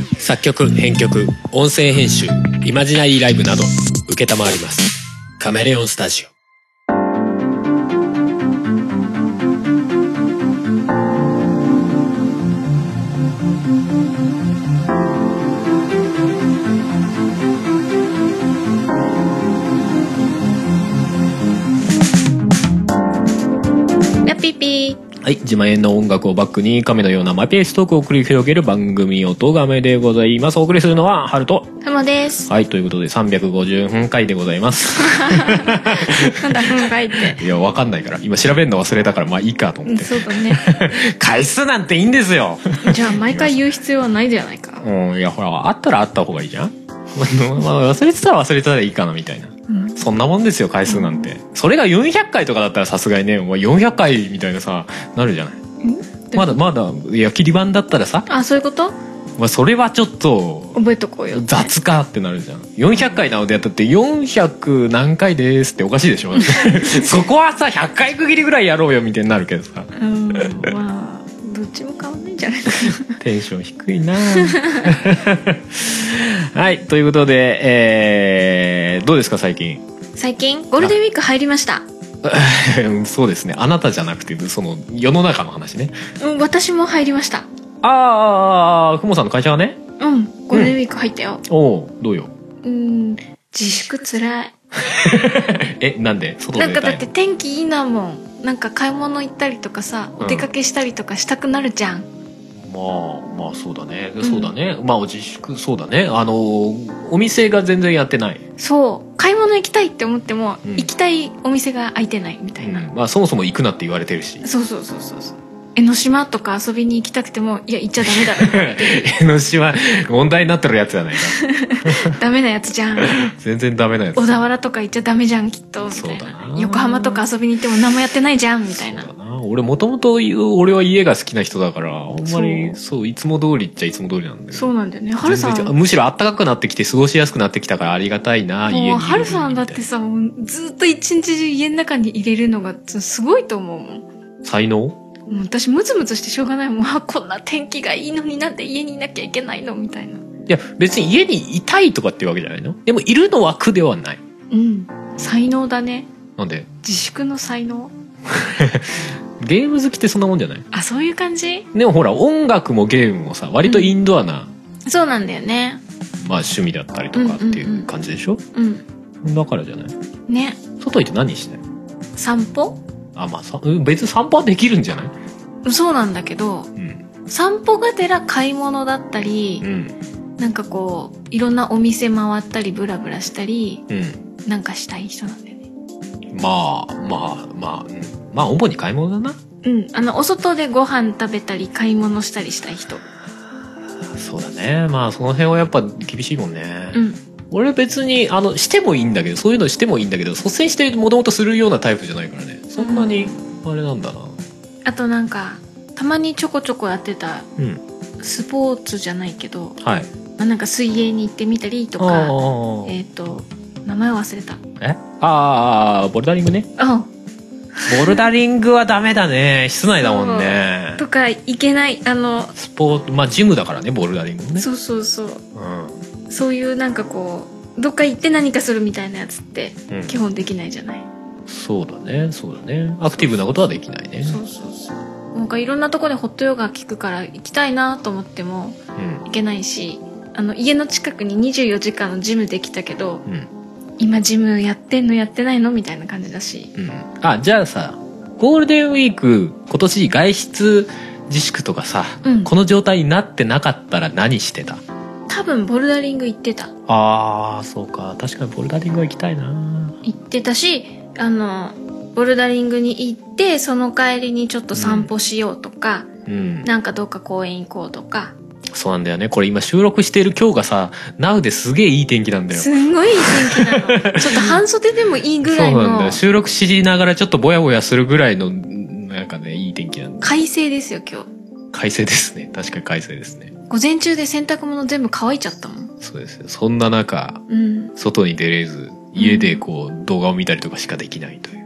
作曲編曲音声編集イマジナリーライブなど承ります。カメレオンスタジオ。 ピピー。 はい、自前の音楽をバックに亀のようなマイペーストークを繰り広げる番組音亀でございます。お送りするのはハルとふもです。 はい、ということで350分回でございますなんだ分回っていやわかんないから今調べるの忘れたからまあいいかと思って、 そうだね回数なんていいんですよじゃあ毎回言う必要はないじゃないか。 いやほらあったらあった方がいいじゃんまあ忘れてたら忘れてたらいいかなみたいな、そんなもんですよ回数なんて、それが400回とかだったらさすがにね、もう400回みたいなさなるじゃない。まだいや切り板だったらさ、 あ、そういうこと。 まあ、それはちょっと覚えとこうよ。 雑かってなるじゃん。400回なのでやったって400何回ですっておかしいでしょそこはさ100回区切りぐらいやろうよみたいになるけどさ、 まあどっちも変わんないんじゃないかなテンション低いなはいということで、どうですか最近ゴールデンウィーク入りました。 そうですね、あなたじゃなくてその世の中の話ね。 私も入りました。 ふもさんの会社はね。 ゴールデンウィーク入ったよ。 おうどうよ。 自粛つらいなんで外でなんかだって天気いいなもん。なんか買い物行ったりとかさ、お出かけしたりとかしたくなるじゃん。 まあそうだね、そうだね、まあ自粛そうだね、お店が全然やってない。 そう買い物行きたいって思っても、行きたいお店が開いてないみたいな、 まあそもそも行くなって言われてるし。そう江ノ島とか遊びに行きたくてもいや行っちゃダメだ江ノ島問題になってるやつじゃないかダメなやつじゃん全然ダメなやつ。 小田原とか行っちゃダメじゃんきっとみたいな。横浜とか遊びに行っても何もやってないじゃんみたいな。 俺もともと俺は家が好きな人だからあんまりそういつも通りっちゃいつも通りなんだよ。 そうなんだよね。春さんむしろ暖かくなってきて過ごしやすくなってきたからありがたいな。 もう春さんだってさずっと一日中家の中に入れるのがすごいと思うもん。 才能。 私ムツムツしてしょうがないもん。こんな天気がいいのになんで家にいなきゃいけないのみたいな。いや別に家にいたいとかっていうわけじゃないの。でもいるのは苦ではない。才能だね。なんで自粛の才能ゲーム好きってそんなもんじゃない。 あ、そういう感じ。 でもほら音楽もゲームもさ割とインドアな、 そうなんだよね。 まあ趣味だったりとかっていう感じでしょ。だからじゃないね。 外行って何してんの。 散歩。 まあ別に散歩はできるんじゃない。 そうなんだけど、散歩がてら買い物だったり、なんかこういろんなお店回ったりブラブラしたり、なんかしたい人なんだよね。まあ主に買い物だな。 お外でご飯食べたり買い物したりしたい人。 そうだね。まあその辺はやっぱ厳しいもんね。俺別にしてもいいんだけど、そういうのしてもいいんだけど率先してもともとするようなタイプじゃないからね。そんなにあれなんだな。 あとなんかたまにちょこちょこやってた、スポーツじゃないけど、なんか水泳に行ってみたりとか、名前忘れた。 ボルダリングね。ボルダリングはダメだね。室内だもんね。 とか行けないスポーツ、まあジムだからねボルダリングね。 そういうなんかこうどっか行って何かするみたいなやつって基本できないじゃない。 そうだね。アクティブなことはできないね。 なんかいろんなとこでホットヨガ聞くから行きたいなと思っても行けないし、家の近くに24時間のジムできたけど、今ジムやってんのやってないのみたいな感じだし、 じゃあさゴールデンウィーク今年外出自粛とかさ、この状態になってなかったら何してた。 多分ボルダリング行ってた。 そうか、確かにボルダリングは行きたいな。 行ってたしボルダリングに行ってその帰りにちょっと散歩しようとか、なんかどっか公園行こうとか。 そうなんだよね。これ今収録している今日がさナウですげえいい天気なんだよ。 すごいいい天気なのちょっと半袖でもいいぐらいの。 そうなんだよ。収録しながらちょっとぼやぼやするぐらいのなんかねいい天気なんだ。 快晴ですよ今日。 快晴ですね。確かに快晴ですね。 午前中で洗濯物全部乾いちゃったもん。 そうですよ。そんな中、外に出れず家でこう、動画を見たりとかしかできないという。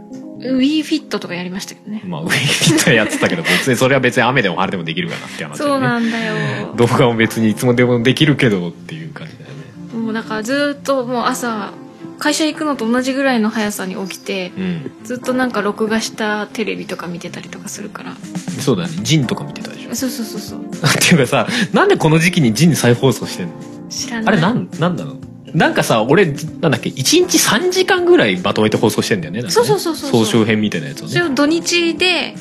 ウィーフィットとかやりましたけどね。 まあウィーフィットやってたけど別にそれは別に雨でも晴れでもできるかなって話だよね。 そうなんだよ。 動画も別にいつもでもできるけどっていう感じだよね。 もうだからずっともう朝会社行くのと同じぐらいの速さに起きて、ずっとなんか録画したテレビとか見てたりとかするから。 そうだね。ジンとか見てたでしょ。 そうそうそうそう。 っていうかさ、なんでこの時期にジン再放送してんの？ 知らない。 あれなんなの？なんかさ、俺なんだっけ、1日3時間ぐらいまとめて放送してんだよね。 そうそうそうそう。 総集編みたいなやつをね。 それを土日で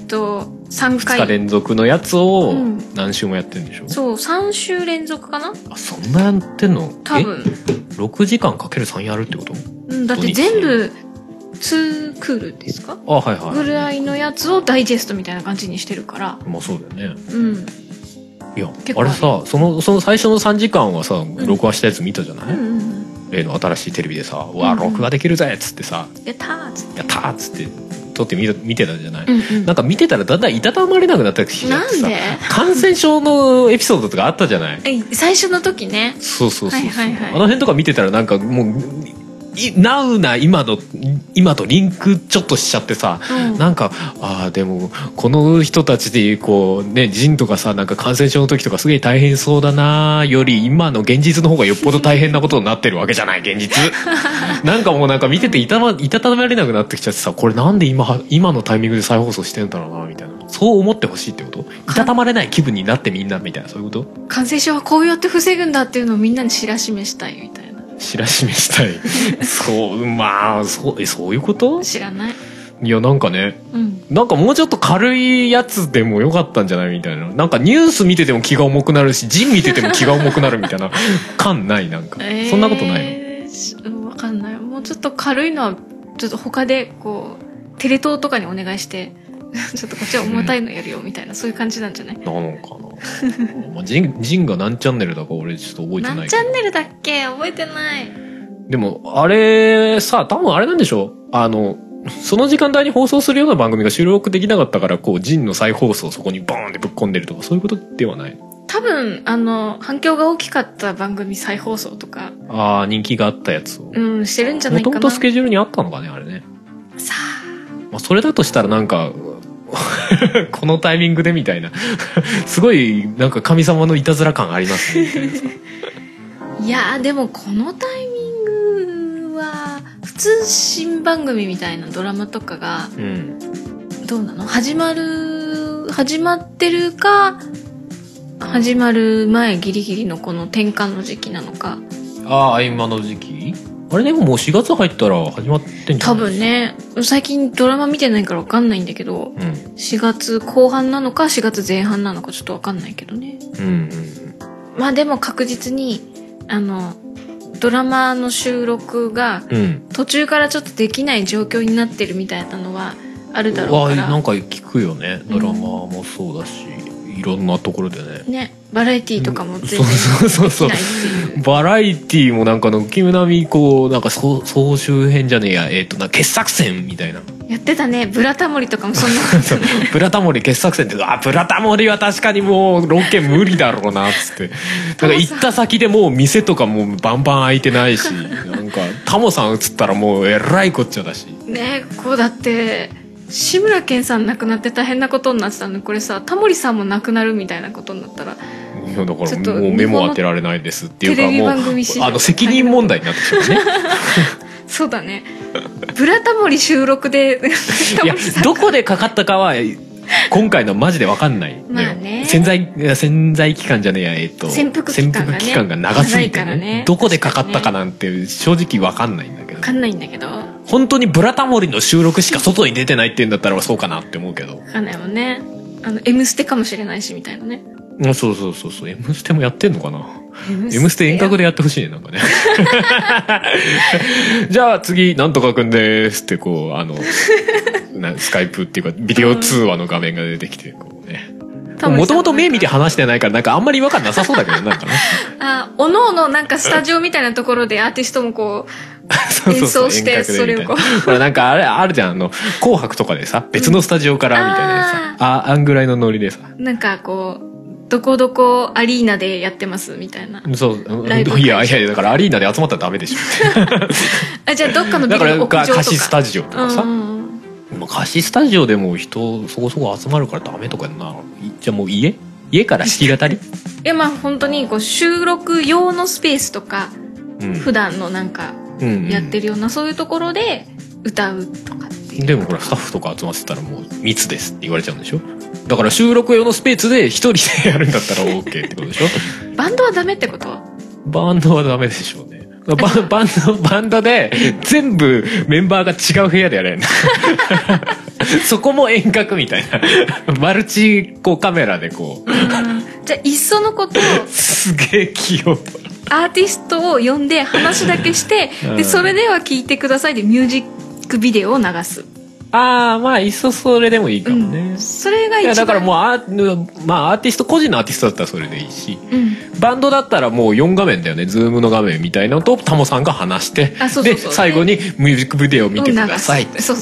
3回 2日連続のやつを何週もやってるんでしょ。 そう、3週連続かな。 あ、そんなやってんの？ 多分 6時間かける3やるってこと？ だって全部2クールですか？ あ、はいはい。 ぐらいのやつをダイジェストみたいな感じにしてるから。 まあそうだよね。いや、 あれさ、その最初の3時間はさ、録画したやつ見たじゃない？例の新しいテレビでさ、うわ、録画できるぜっつってさ、 やったーっつってやったーっつって撮って見てたじゃない？なんか見てたらだんだんいたたまれなくなったりしてさ、 なんで？ 感染症のエピソードとかあったじゃない？ 最初の時ね。 そうそうそう。あの辺とか見てたらなんかもうナウな今とリンクちょっとしちゃってさ、なんかでもこの人たちでこうね、ジンとかさ、なんか感染症の時とかすげえ大変そうだなより今の現実の方がよっぽど大変なことになってるわけじゃない、現実。なんかもうなんか見てていたたまれなくなってきちゃってさ、これなんで今のタイミングで再放送してんだろうなみたいな、そう思ってほしいってこと？いたたまれない気分になってみんなみたいな、そういうこと？ 感染症はこうやって防ぐんだっていうのをみんなに知らしめしたいみたいな。 知らしめしたい。そう、まあそういうこと？ 知らない。 いやなんかね、なんかもうちょっと軽いやつでもよかったんじゃないみたいな。なんかニュース見てても気が重くなるし、ジン見てても気が重くなるみたいな感ない？なんか、そんなことないの？わかんない。もうちょっと軽いのはちょっと他でこうテレ東とかにお願いしてちょっとこっちは重たいのやるよみたいな、そういう感じなんじゃない？なのかな。まあ、ジンが何チャンネルだか俺ちょっと覚えてない。 何チャンネルだっけ？覚えてない。 でもあれさ、多分あれなんでしょ、その時間帯に放送するような番組が収録できなかったから、こうジンの再放送をそこにボーンってぶっ込んでるとか、そういうことではない？ 多分反響が大きかった番組再放送とか、 人気があったやつをしてるんじゃないかな。 もともとスケジュールにあったのかね、あれね。 さあ、それだとしたらなんかこのタイミングでみたいなすごいなんか神様のいたずら感ありますねみたいなさ。 いやでもこのタイミングは普通新番組みたいなドラマとかが、どうなの？始まってるか始まる前ギリギリのこの転換の時期なのか。合間の時期？あれでももう4月入ったら始まってんじゃない？多分ね、最近ドラマ見てないから分かんないんだけど、4月後半なのか4月前半なのかちょっと分かんないけどね。まあでも確実にドラマの収録が途中からちょっとできない状況になってるみたいなのはあるだろうから。 なんか聞くよね、ドラマもそうだし、いろんなところでね。 バラエティーとかも全然できないっていう。 バラエティーもなんか木並みこうなんか総集編じゃねえや、傑作選みたいなやってたね。ブラタモリとかもそんなブラタモリ傑作選って、ブラタモリは確かにもうロケ無理だろうなっつって。なんか行った先でもう店とかもうバンバン開いてないし、なんかタモさん映ったらもうえらいこっちゃだしね。こうだって志村けんさん亡くなって大変なことになってたのに、これさタモリさんも亡くなるみたいなことになったら、 いやだからもう目も当てられないですっていうか、もう責任問題になってきちゃうねそうだね。ブラタモリ収録でいやどこでかかったかは今回のマジで分かんない、 まあね、 潜在期間じゃねえや、 潜伏期間が長すぎてね、どこでかかったかなんて正直分かんないんだけど、 分かんないんだけど、 本当にブラタモリの収録しか外に出てないって言うんだったらそうかなって思うけど、 分かんないもんね。M ステかもしれないしみたいなね。 そう M ステもやってんのかな。M ステ遠隔でやってほしいね、なんかねじゃあ次なんとかくんですってこうスカイプっていうかビデオ通話の画面が出てきて、こうね、もともと目見て話してないからなんかあんまり違和感なさそうだけど、なんかねおのおのなんかスタジオみたいなところでアーティストもこう演奏してそれをこうこれなんかあるじゃん、紅白とかでさ別のスタジオからみたいなさ、あんぐらいのノリでさ、 なんかこうどこどこアリーナでやってますみたいな。 そう、いやだからアリーナで集まったらダメでしょじゃあどっかのビルの屋上とか、 だから貸しスタジオとかさ、 貸しスタジオでも人そこそこ集まるからダメとかやんな。じゃあもう家から弾き語り？いやまあ本当にこう収録用のスペースとか、普段のなんかやってるようなそういうところで歌うとかっていう。 でもほらスタッフとか集まってたらもう密ですって言われちゃうんでしょ。だから収録用のスペースで一人でやるんだったら OK ってことでしょ。 バンドはダメってこと？ バンドはダメでしょうね。バンドで全部メンバーが違う部屋でやれんそこも遠隔みたいなマルチこうカメラでこうじゃあいっそのことすげえ器用アーティストを呼んで話だけして、でそれでは聴いてくださいでミュージックビデオを流す。 ああ、まあいっそそれでもいいかもね、 それが一番。いやだからもうアーティスト個人のアーティストだったらそれでいいし、バンドだったらもう4画面だよね。ズームの画面みたいなのとタモさんが話して、で最後にミュージックビデオを見てください。 そう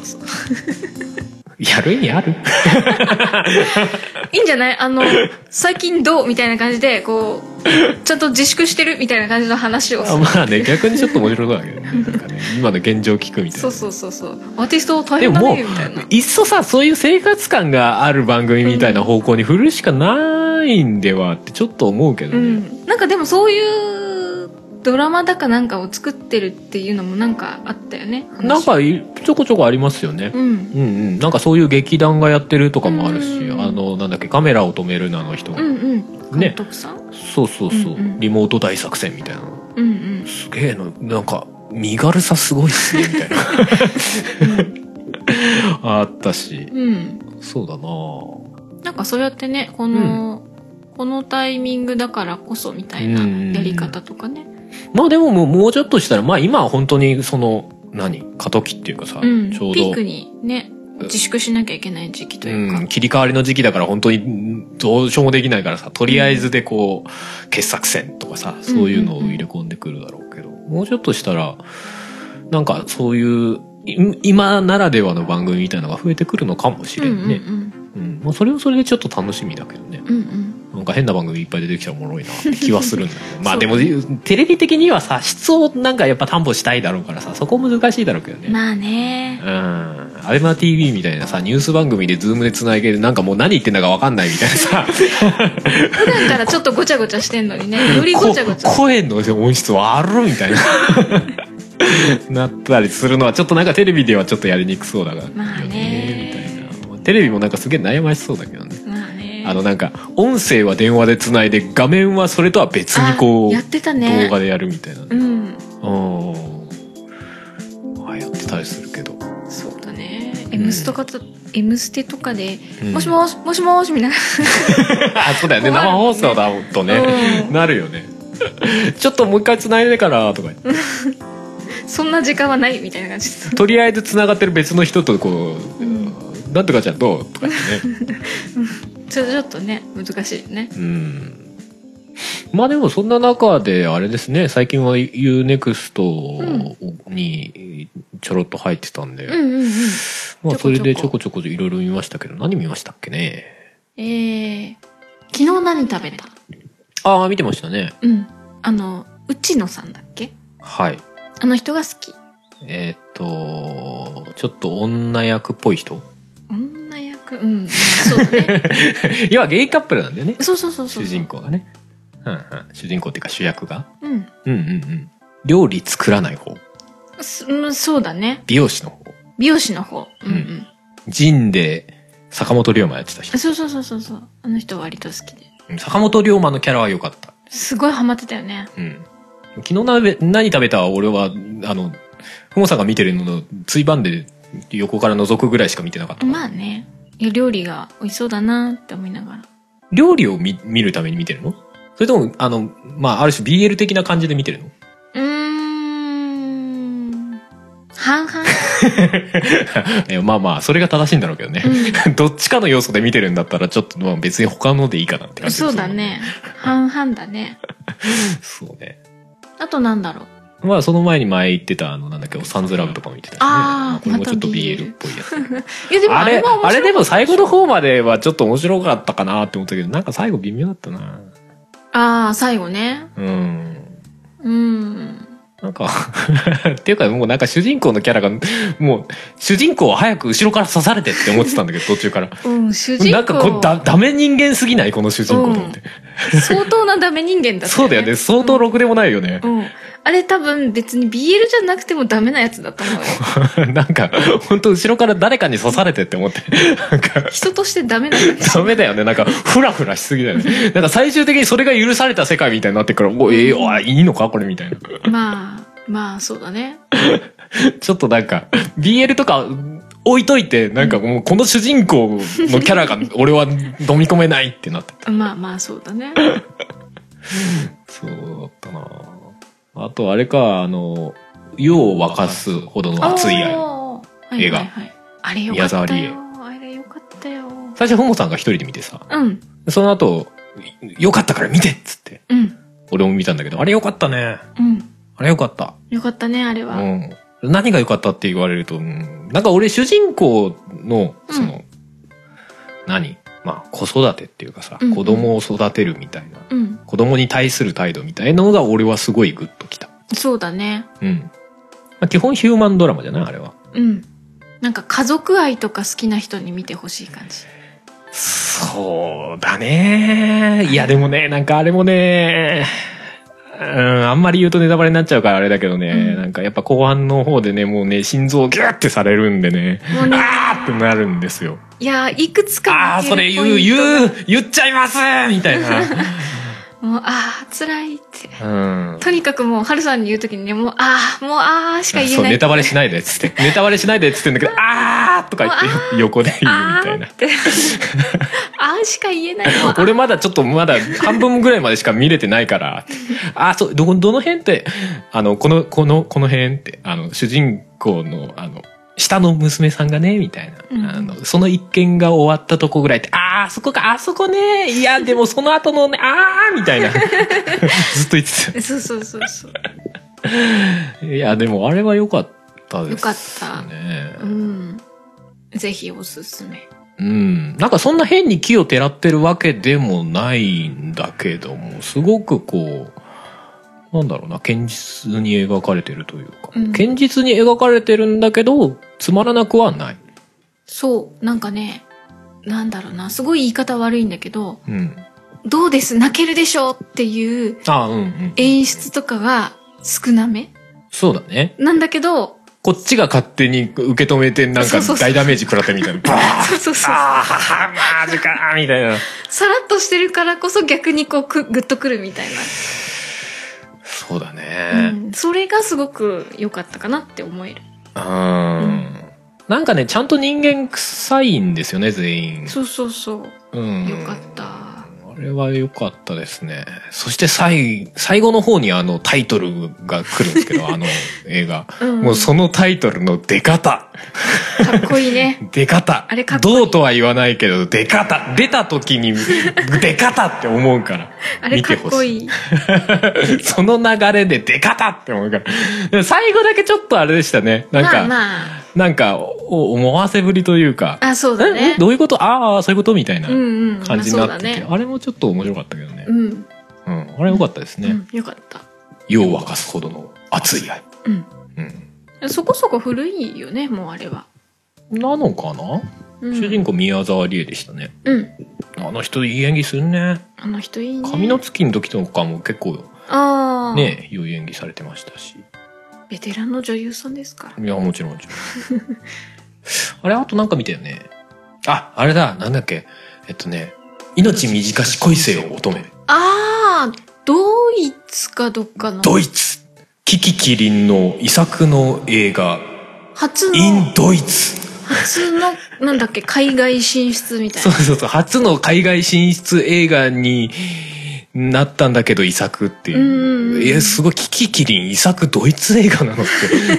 やる意味あるいいんじゃない？最近どうみたいな感じでこうちゃんと自粛してるみたいな感じの話をする。 まあね、逆にちょっと面白そうだけどね。なんかね、今の現状聞くみたいな。 そうアーティスト大変だねみたいな。 いっそさ、そういう生活感がある番組みたいな方向に振るしかないんではってちょっと思うけどね、 なんかでもそういうドラマだかなんかを作ってるっていうのもなんかあったよね。 なんかちょこちょこありますよね。なんかそういう劇団がやってるとかもあるし、なんだっけ、カメラを止めるなの人が、 監督さん、 そう、リモート大作戦みたいな、すげえの、なんか身軽さすごいっすねみたいなあったし、そうだな。 なんかそうやってね、このタイミングだからこそみたいなやり方とかね。 まあでももうちょっとしたら、まあ今は本当にその過渡期っていうかさ、ちょうどピークにね自粛しなきゃいけない時期というか、 切り替わりの時期だから本当にどうしようもできないからさ、とりあえずでこう傑作選とかさ、そういうのを入れ込んでくるだろうけど、もうちょっとしたらなんかそういう今ならではの番組みたいなのが増えてくるのかもしれんね。まあそれはそれでちょっと楽しみだけどね。なんか変な番組いっぱい出てきたらおもろいなって気はするんだけどまあでもテレビ的にはさ、質をなんかやっぱ担保したいだろうからさ、そこ難しいだろうけどね。 まあね、 アベマ TV みたいなさ、ニュース番組でズームでつないでなんかもう何言ってんだか分かんないみたいなさ普段からちょっとごちゃごちゃしてんのにね、よりごちゃごちゃ声の音質悪るみたいななったりするのはちょっとなんかテレビではちょっとやりにくそうだから、 まあね、 みたいな。テレビもなんかすげえ悩ましそうだけどね。 まあね、 なんか音声は電話でつないで画面はそれとは別にこうやってたね、 動画でやるみたいな、やってたりするけど。 そうだね、M ステとかで、もしもしもしもしみたいなあ、そうだよね、生放送だとね、なるよねちょっともう一回つないでからとかそんな時間はないみたいな感じとりあえずつながってる別の人とこう、なんとかちゃんどうとか言ってねちょっとね難しいね。 まあでもそんな中であれですね、最近は UNEXT にちょろっと入ってたんで、まあそれでちょこちょこいろいろ見ましたけど、何見ましたっけね。 昨日何食べた？ ああ、見てましたね。 内野さんだっけ？ はい。 あの人が好き。 ちょっと女役っぽい人？ 女役？そうだね要はゲイカップルなんだよね。 そう主人公がね。主人公っていうか主役が。料理作らない方。 そうだね。 美容師の方。ジンで坂本龍馬やってた人。 そうあの人割と好きで。 坂本龍馬のキャラは良かった。 すごいハマってたよね。 昨日何食べた？俺はふもさんが見てるののついばんで横から覗くぐらいしか見てなかった。 まあね、料理が美味しそうだなって思いながら。 料理を見るために見てるの？それともまあある種 BL 的な感じで見てるの？ 半々 まあそれが正しいんだろうけどね、どっちかの要素で見てるんだったらちょっとまあ別に他のでいいかなって感じです。 そうだね、半々だねそうね。 あとなんだろう、 まあその前に言ってたなんだっけ、サンズラブとかも見てたしね。これもちょっと BL っぽいやついやでもあれでも最後の方まではちょっと面白かったかなって思ったけど、なんか最後微妙だったな。 最後ね。 なんかっていうかもうなんか主人公のキャラがもう主人公は早く後ろから刺されてって思ってたんだけど途中から、 うん、主人公なんかダメ人間すぎないこの主人公と思って、 相当なダメ人間だったよね。 そうだよね、相当ろくでもないよね、 あれ多分別に BL じゃなくてもダメなやつだと思うよ。 なんか本当後ろから誰かに刺されてって思ってなんか人としてダメなんだね。 ダメだよね、なんかフラフラしすぎだよねなんか最終的にそれが許された世界みたいになってくるから、いいのかこれみたいなまあそうだねちょっとなんか BL とか置いといて、なんかもうこの主人公のキャラが俺は飲み込めないってなってたまあそうだねそうだったなあ。とあれか、湯を沸かすほどの熱い愛、映画、 あれよかったよ。あれよかったよ。 最初ふもさんが一人で見てさ、その後よかったから見てっつって、俺も見たんだけど、あれよかったね。あれよかった。 よかったね、あれは。 何が良かったって言われると、なんか俺主人公の、まあ子育てっていうかさ、子供を育てるみたいな、子供に対する態度みたいなのが俺はすごいグッときた。 そうだね。 まあ、基本ヒューマンドラマじゃないあれは。 なんか家族愛とか好きな人に見てほしい感じ。 そうだね。いやでもね、なんかあれもね、あんまり言うとネタバレになっちゃうからあれだけどね、なんかやっぱ後半の方でね、もうね、心臓ギューってされるんでね、あーってなるんですよ。 いやいくつかそれ言っちゃいますみたいな。 もう辛いって、とにかくもうハルさんに言うときにね、もうしか言えない、そうネタバレしないでっつってネタバレしないでっつってんだけどとか言って横で言うみたいなしか言えない俺まだ半分ぐらいまでしか見れてないからそうどの辺ってこの辺って主人公の下の娘さんがねみたいな、その一件が終わったとこぐらいってあそこね、いやでもその後のねみたいなずっと言ってた。 そういやでもあれは良かったですね。 良かった。ぜひおすすめ。 なんかそんな変に木をてらってるわけでもないんだけども、すごくこうなんだろうな、堅実に描かれてるというか、堅実に描かれてるんだけどつまらなくはない。 そうなんかね、なんだろうな、すごい言い方悪いんだけど、どうです泣けるでしょっていう演出とかが少なめ。そうだね。なんだけどこっちが勝手に受け止めてなんか大ダメージ食らってみたいな。 そうマジかみたいな。 さらっとしてるからこそ逆にこうグッとくるみたいな。 そうだね、 それがすごく良かったかなって思える。 なんかね、ちゃんと人間臭いんですよね全員。 そうよかった。 あれは良かったですね。そして最後の方にタイトルが来るんですけど映画、もうそのタイトルの出方かっこいいね。 出方あれかっこいい。 どうとは言わないけど出方、出た時に出方って思うからあれかっこいい。 その流れで出方って思うから最後だけちょっとあれでしたね。なんか思わせぶりというか、 そうだね。 どういうこと、そういうことみたいな感じになってて、あれもちょっと面白かったけどね。あれ良かったですね。 良かった。 湯を沸かすほどの熱い愛。 そこそこ古いよね、もうあれは。 なのかな。主人公宮沢りえでしたね。あの人いい演技するね。 あの人いいね。 髪の月の時とかも結構ね、良い演技されてましたし。 ベテランの女優さんですから。 いやもちろんあれあとなんか見たよね。あれだ、なんだっけ、命短し恋せよ乙女。 ドイツかどっかの。 ドイツ。キキキリンの遺作の映画。 初の。 インドイツ。 初の、なんだっけ、海外進出みたいな。 そう。初の海外進出映画になったんだけど遺作っていう。すごい、キキキリン遺作ドイツ映画なのって。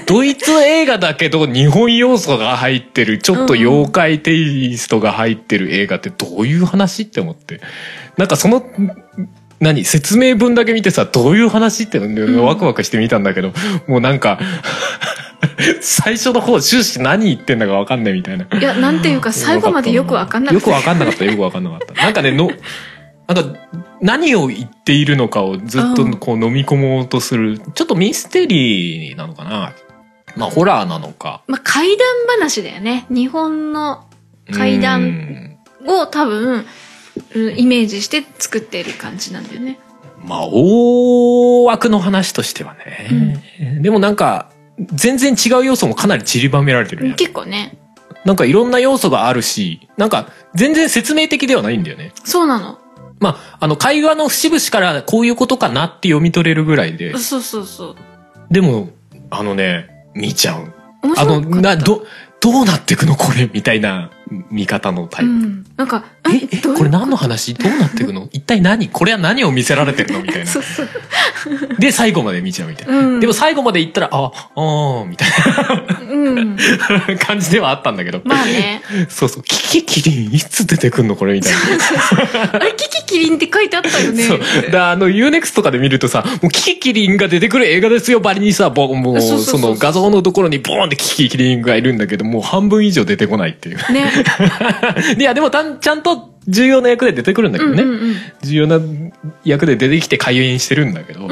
ドイツ映画だけど日本要素が入ってる、ちょっと妖怪テイストが入ってる映画ってどういう話って思って。なんかその、説明文だけ見てさ、どういう話ってワクワクしてみたんだけど、もうなんか、最初の方終始何言ってんだか分かんないみたいな。 いや、なんていうか最後までよく分かんなかった。 よく分かんなかった。なんかね、 なんか何を言っているのかをずっとこう飲み込もうとする、ちょっとミステリーなのかな。まあホラーなのか。 まあ怪談話だよね。日本の怪談を多分イメージして作っている感じなんだよね。 まあ大枠の話としてはね、でもなんか全然違う要素もかなり散りばめられてるね。 結構ね。 なんかいろんな要素があるし、なんか全然説明的ではないんだよね。 そうなの。 まあ会話の節々からこういうことかなって読み取れるぐらいで。 そうそうそう。 でも見ちゃう。 面白かった。 どうなってくのこれみたいな見方のタイプ。 なんかこれ何の話どうなってくの一体何これは何を見せられてるのみたいな。 そうそう。 で最後まで見ちゃうみたいな。でも最後まで行ったらみたいな、感じではあったんだけど。 まあね。 そうそう。キキキリンいつ出てくんのこれみたいな。 あれキキキリンって書いてあったよね。 そう。UNEXT とかで見るとさ、もうキキキリンが出てくる映画ですよばりにさ、もうその画像のところにボーンってキキキリンがいるんだけど、もう半分以上出てこないっていう。ね。いやでもちゃんと重要な役で出てくるんだけどね。重要な役で出てきて開演してるんだけど。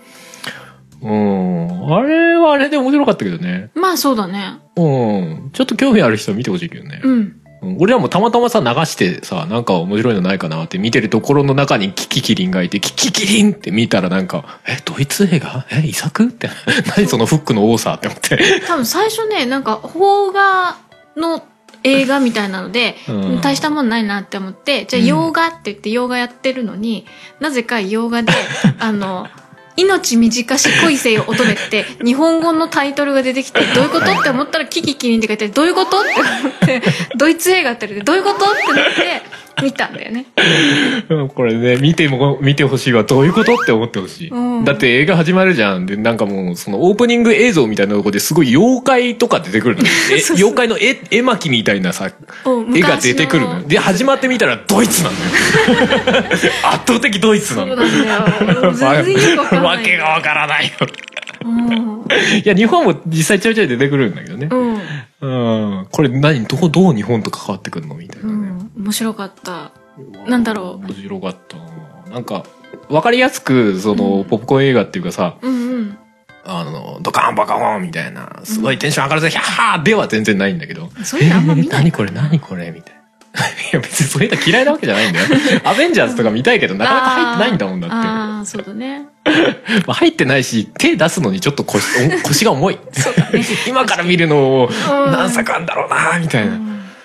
あれはあれで面白かったけどね。 まあそうだね。 ちょっと興味ある人は見てほしいけどね。俺らもたまたまさ流してさ、なんか面白いのないかなって見てるところの中にキキキリンがいて、キキキリンって見たらなんか、ドイツ映画遺作って何そのフックの多さって思って。 多分最初ね、なんか邦画の映画みたいなので、大したもんないなって思って、じゃあ洋画って言って洋画やってるのに、なぜか洋画で、命短し恋せよ乙女って日本語のタイトルが出てきて、どういうことって思ったらキキキリンって書いて、どういうことって思って、ドイツ映画って言って、どういうことってなって見たんだよね。 これね、見てほしいわ。どういうことって思ってほしい。だって映画始まるじゃん。で、なんかもう、そのオープニング映像みたいなとこですごい妖怪とか出てくるの。妖怪の絵巻みたいなさ、絵が出てくるの。で、始まってみたらドイツなんだよ。圧倒的ドイツなの。 そうなんだよ。全然よくわかんない。 わけがわからないよ。いや、日本も実際ちょいちょい出てくるんだけどね。これどう日本と関わってくるのみたいなね。 面白かった。なんだろう。 面白かった。なんか、わかりやすく、ポップコーン映画っていうかさ、ドカーンバカーンみたいな、すごいテンション上がるぜ、ヒャッハーでは全然ないんだけど。 そういうのあんま見ない。 何これみたいな。いや別にそういうの嫌いなわけじゃないんだよ。アベンジャーズとか見たいけどなかなか入ってないんだもんだって。 ああ、そうだね。 入ってないし、手出すのにちょっと腰が重い。 そうだね。 今から見るのを何作あんだろうなみたいな。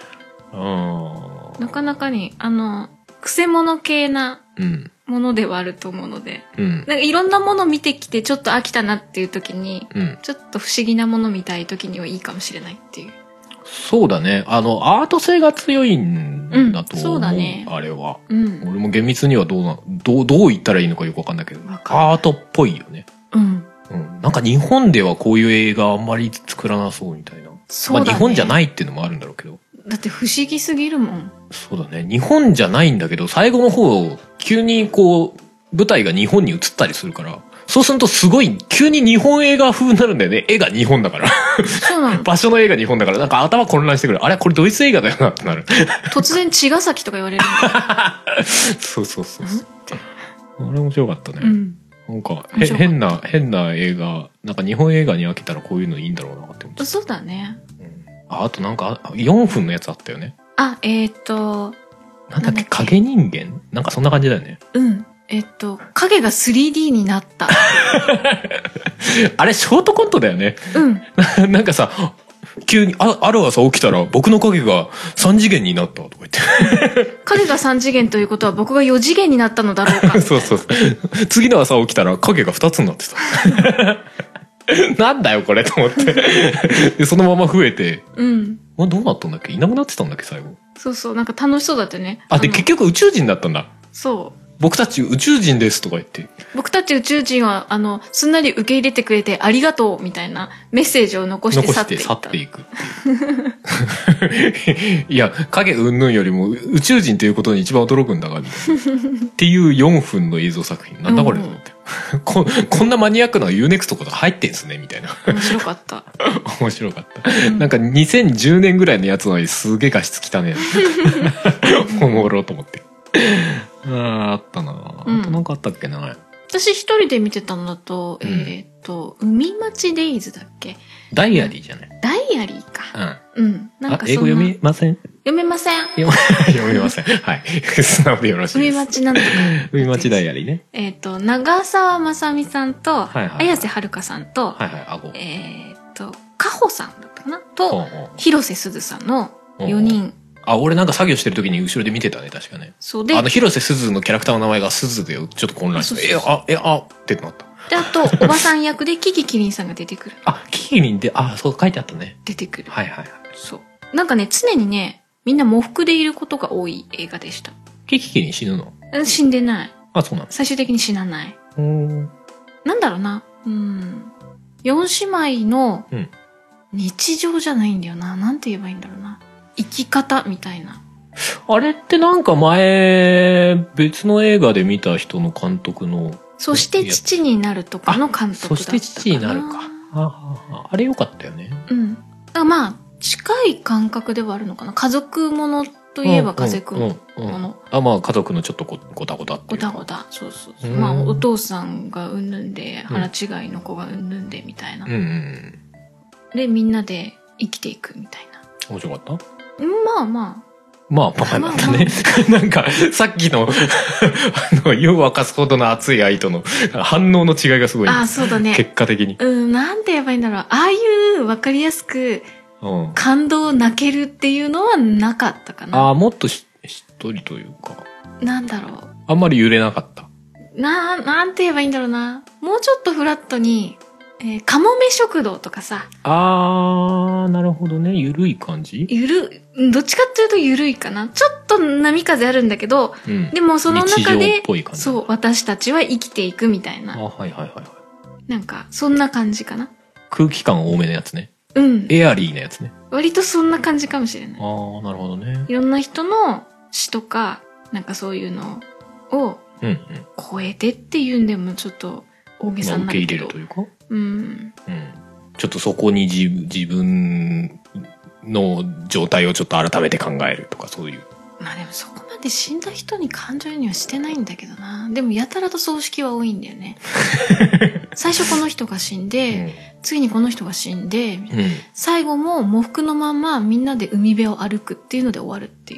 なかなかに、くせ者系なものではあると思うので、なんかいろんなもの見てきてちょっと飽きたなっていう時に、ちょっと不思議なもの見たい時にはいいかもしれないっていう。 そうだね。アート性が強いんだと思う。 そうだね。 あれは。俺も厳密にはどう言ったらいいのかよくわかんないけど、アートっぽいよね。なんか日本ではこういう映画あんまり作らなそうみたいな。 そうだね。 まあ日本じゃないっていうのもあるんだろうけど。 だって不思議すぎるもん。 そうだね。日本じゃないんだけど、最後の方、急にこう、舞台が日本に移ったりするから、そうするとすごい、急に日本映画風になるんだよね。絵が日本だから。 そうなの。 場所の絵が日本だから、なんか頭混乱してくる。あれこれドイツ映画だよなってなる。 突然茅ヶ崎とか言われるんだ。 そう。あれ面白かったね。なんか、変な映画、なんか日本映画に飽きたらこういうのいいんだろうなって思って。 そうだね。 あとなんか、4分のやつあったよね。 なんだっけ、影人間なんかそんな感じだよね。 影が 3D になった。 あれ、ショートコントだよね。なんかさ、急に、ある朝起きたら僕の影が3次元になったとか言って。 影が3次元ということは僕が4次元になったのだろうか。 そう。次の朝起きたら影が2つになってた。なんだよこれと思って。で、そのまま増えて。どうなったんだっけいなくなってたんだっけ最後。 そう。なんか楽しそうだったね。 で、結局宇宙人だったんだ。 そう。 僕たち宇宙人ですとか言って。 僕たち宇宙人は、すんなり受け入れてくれてありがとうみたいなメッセージを残して去っていく。 いや、影うんぬんよりも宇宙人ということに一番驚くんだが、っていう4分の映像作品。なんだこれと思って。こんなマニアックな UNEXT とか入ってんすねみたいな。 面白かった。 面白かった。なんか2010年ぐらいのやつのにすげえ画質汚ねえ。おもろと思って。 あったな。あとなんかあったっけな。 私一人で見てたのだと、海町デイズだっけ？ ダイアリーじゃない？ ダイアリーか。なんか英語読めません？ 読めません。 読めません。はい。素直でよろしいです。 海町なんとか。 海町ダイアリーね。 長澤まさみさんと、綾瀬はるかさんと、かほさんだったかなと、広瀬すずさんの4人。 俺なんか作業してる時に後ろで見てたね、確かね。 そうで。 広瀬すずのキャラクターの名前がすずでちょっと混乱して、ってなった。 で、あと、おばさん役でキキキリンさんが出てくる。 キキリンで、そう書いてあったね。 出てくる。 はいはいはい。 そう。なんかね、常にね、みんな喪服でいることが多い映画でした。 キキキリン死ぬの？ 死んでない。 そうなの？ 最終的に死なない。なんだろうな。4姉妹の日常じゃないんだよな。なんて言えばいいんだろうな。生き方みたいな。 あれってなんか前、別の映画で見た人の監督の。 そして父になるとかの監督だったかな。そして父になるか。あれ良かったよね。 だからまあ、近い感覚ではあるのかな。家族ものといえば家族もの。 家族のちょっとごたごたっていう。 ごたごた。そうそうそう。まあ、お父さんがうんぬんで、腹違いの子がうんぬんで、みたいな。で、みんなで生きていくみたいな。 面白かった？ まあだったね。なんか、さっきの、湯を沸かすほどの熱い愛との反応の違いがすごい。 そうだね。 結果的に。 なんて言えばいいんだろう。ああいう分かりやすく、感動泣けるっていうのはなかったかな。 もっとしっとりというか。 なんだろう。 あんまり揺れなかった。 なんて言えばいいんだろうな。もうちょっとフラットに、かもめ食堂とかさ。 なるほどね。ゆるい感じ？ どっちかっていうとゆるいかな。ちょっと波風あるんだけど、でもその中で、そう、私たちは生きていくみたいな。なんか、そんな感じかな。 空気感多めのやつね。エアリーなやつね。 割とそんな感じかもしれない。 なるほどね。 いろんな人の詩とか、なんかそういうのを、超えてっていうんでもちょっと大げさになるけど。 受け入れるというか？ちょっとそこに自分の状態をちょっと改めて考えるとか、そういう。 まあでもそこまで死んだ人に感情にはしてないんだけどな。でもやたらと葬式は多いんだよね。最初この人が死んで、次にこの人が死んで、最後も喪服のままみんなで海辺を歩くっていうので終わるっていう。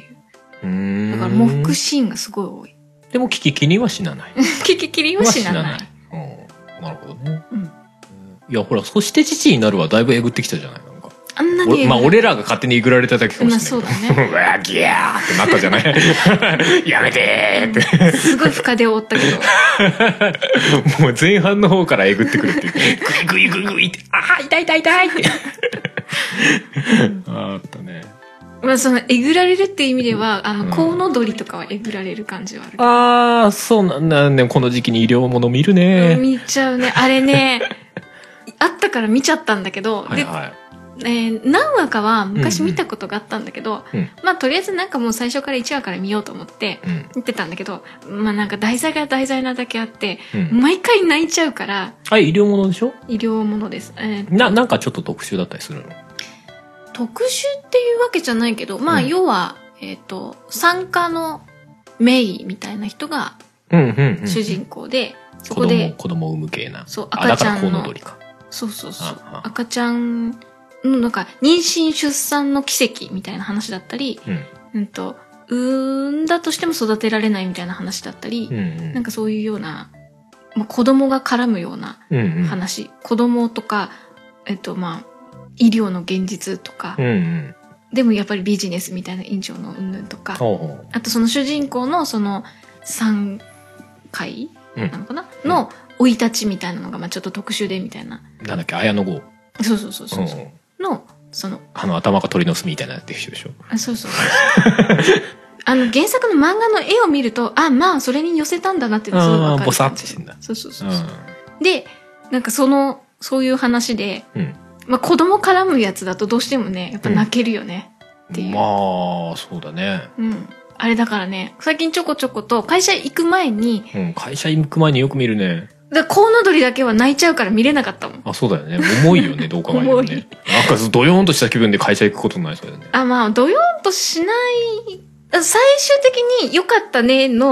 だから喪服シーンがすごい多い。 でもキキキリンは死なない。 キキキリンは死なない。 なるほどね。いやほら、そして父になるはだいぶえぐってきたじゃない。 あんなに俺らが勝手にえぐられただけかもしれない。 そうだね。 うわギャーってなったじゃない。やめてーって。 すごい深手を負ったけど。もう前半の方からえぐってくるっていう。グイグイグイグイって。痛い痛い痛いって。あったね。 そのえぐられるっていう意味ではコウノドリとかはえぐられる感じはある。 そうなんだね。この時期に医療もの見るね。 見ちゃうね。あれね、あったから見ちゃったんだけど。何話かは昔見たことがあったんだけど、とりあえずなんかもう最初から1話から見ようと思って見てたんだけど、なんか題材が題材なだけあって、毎回泣いちゃうから。 医療ものでしょ？ 医療ものです。 なんかちょっと特殊だったりするの？ 特殊っていうわけじゃないけど、要は、産科のメイみたいな人が主人公で、そこで子供を産む系な。 そう、赤ちゃんの。 だからコウノドリか。 そう。赤ちゃんなんか妊娠出産の奇跡みたいな話だったり、産んだとしても育てられないみたいな話だったり、なんかそういうような、子供が絡むような話、子供とか医療の現実とか、でもやっぱりビジネスみたいな院長の云々とか、あとその主人公のその産会なのかな、の生い立ちみたいなのがちょっと特殊でみたいな。 なんだっけ、綾野剛。 そう。のその頭が鳥の巣みたいなって人でしょ。 そう原作の漫画の絵を見るとそれに寄せたんだなっていうのがすごい分かる。 ボサってしてんだ。 そう。でなんかそういう話で、子供絡むやつだとどうしてもねやっぱ泣けるよねっていう。 そうだね。 あれだからね、最近ちょこちょこと会社行く前に、 会社行く前によく見るね。 コウノドリだけは泣いちゃうから見れなかったもん。 そうだよね。重いよね、どう考えてもね。なんかドヨーンとした気分で会社行くことないそうだよね。 ドヨーンとしない。最終的に良かったねの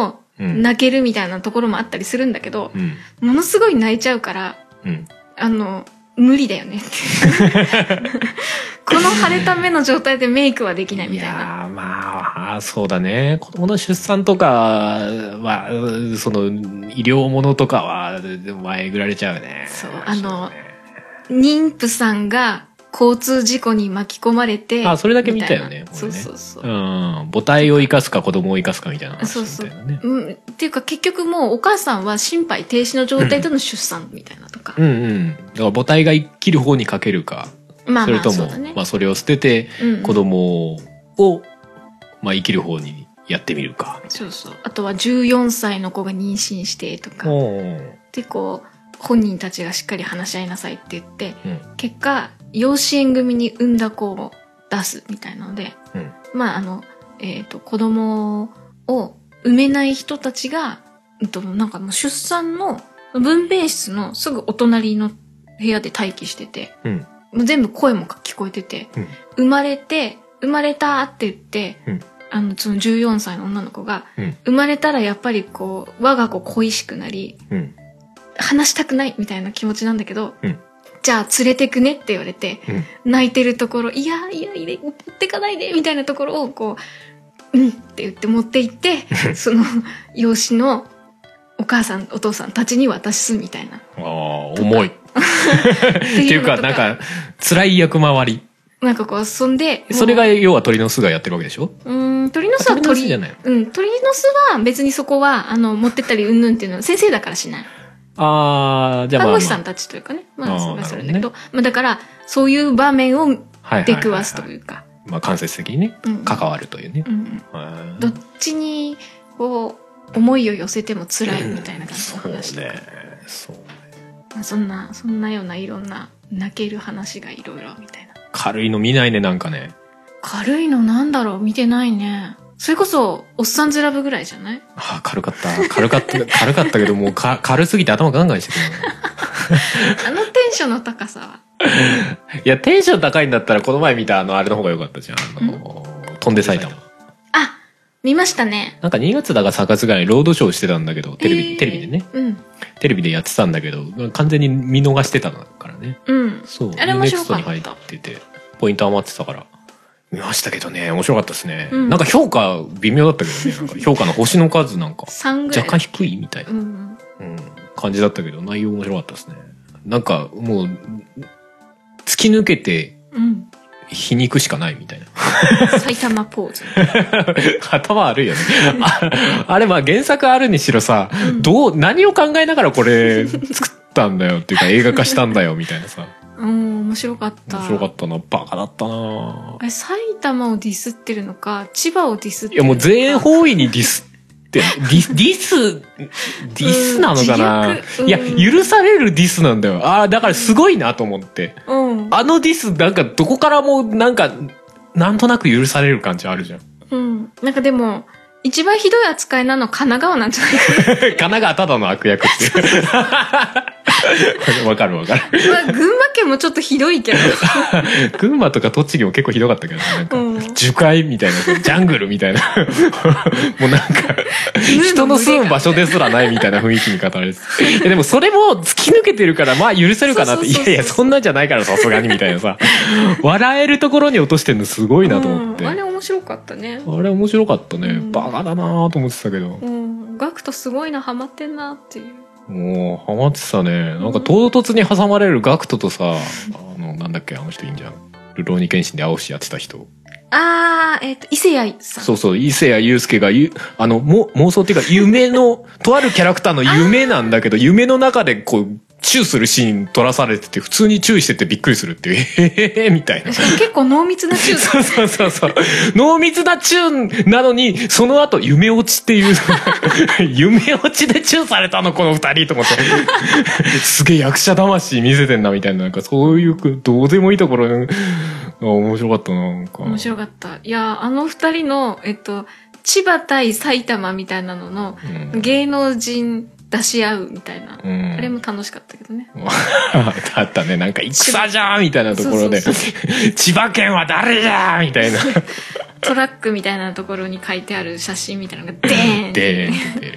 泣けるみたいなところもあったりするんだけど、ものすごい泣いちゃうから、無理だよねってこの腫れた目の状態でメイクはできないみたいな。いやまあそうだね。子供の出産とかはその医療ものとかはえぐられちゃうね。 そう妊婦さんが交通事故に巻き込まれて、 それだけ見たよね。 そうそうそう。 母体を生かすか子供を生かすかみたいな話みたいなね。 そうそう。っていうか結局もうお母さんは心肺停止の状態での出産みたいなとか。だから母体が生きる方にかけるか、それともそれを捨てて子供を生きる方にやってみるか。 そうそう。あとは14歳の子が妊娠してとか。でこう本人たちがしっかり話し合いなさいって言って、結果養子縁組に産んだ子を出すみたいなので、子供を産めない人たちが、なんかもう出産の分娩室のすぐお隣の部屋で待機してて、もう全部声も聞こえてて、生まれたって言って、その14歳の女の子が、生まれたらやっぱりこう我が子恋しくなり、話したくないみたいな気持ちなんだけど、じゃあ連れてくねって言われて、泣いてるところ、いや持ってかないでみたいなところをこうって言って持って行ってその養子のお母さんお父さんたちに渡すみたいな。 重いっていうかなんか辛い役回り。 なんかこうそれが要は鳥の巣がやってるわけでしょ。 鳥の巣は鳥じゃない。鳥の巣は別にそこは持ってったりうんぬんっていうのは先生だからしない。 じゃあ看護師さんたちというかね、するんだけど、だからそういう場面を出くわすというか、 間接的にね、関わるというね、 どっちにこう思いを寄せても辛いみたいな感じの話とか、そうね、そんなようないろんな泣ける話がいろいろみたいな。 軽いの見ないね、なんかね。 軽いのなんだろう、見てないね。それこそおっさんずラブぐらいじゃない？ 軽かったけどもう軽すぎて頭ガンガンしてくるテンションの高さは。 いやテンション高いんだったらこの前見たあれの方が良かったじゃん。飛んで埼玉。 見ましたね。 なんか2月だか3月ぐらいにロードショーしてたんだけど、テレビでね、テレビでやってたんだけど完全に見逃してたからね。そう。 あれ面白かった。 ネクストに入っててポイント余ってたから見ましたけどね、面白かったですね。なんか評価微妙だったけどね、なんか評価の星の数なんか若干低いみたいな感じだったけど、内容面白かったですね。なんかもう突き抜けて皮肉しかないみたいな。 埼玉ポーズ。 頭悪いよね。あれ原作あるにしろさ、何を考えながらこれ作ったんだよっていうか映画化したんだよみたいなさ。 面白かった。 面白かったな。バカだったな。 埼玉をディスってるのか千葉をディスってるのか。 いやもう全方位にディスってディスなのかな。いや許されるディスなんだよ。だからすごいなと思って。ディスなんかどこからもなんとなく許される感じあるじゃん。 なんかでも一番ひどい扱いなの神奈川なんじゃないか。 神奈川ただの悪役っていう。わかる。 群馬県もちょっとひどいけど。 群馬とか栃木も結構ひどかったけど、なんか樹海みたいな、ジャングルみたいな、もうなんか人の住む場所ですらないみたいな雰囲気に語られて。でもそれも突き抜けてるから許せるかなって。いやそんなんじゃないからさすがにみたいなさ、笑えるところに落としてるのすごいなと思って。 あれ面白かったね。 あれ面白かったね。バカだなと思ってたけど。 ガクトすごいな、ハマってんなっていう。 もうハマってたね。なんか唐突に挟まれるガクトとさ、なんだっけあの人いいんじゃん。ルローニケンシンで青しやってた人。 伊勢谷さん。 そう伊勢谷友介が妄想っていうか夢のとあるキャラクターの夢なんだけど、夢の中でこうチューするシーン撮らされてて、普通にチューしててびっくりするっていうみたいな。 結構濃密なチューだ。そう濃密なチューなのにその後夢落ちっていう夢落ちでチューされたのこの二人と思ってすげえ役者魂見せてんなみたいな、なんかそういうどうでもいいところ面白かったな。なんか面白かった。いや二人の千葉対埼玉みたいなのの芸能人出し合うみたいな、あれも楽しかったけどね。 あったね、なんか戦じゃーみたいなところで千葉県は誰じゃーみたいなトラックみたいなところに書いてある写真みたいなのがデーンって出るみ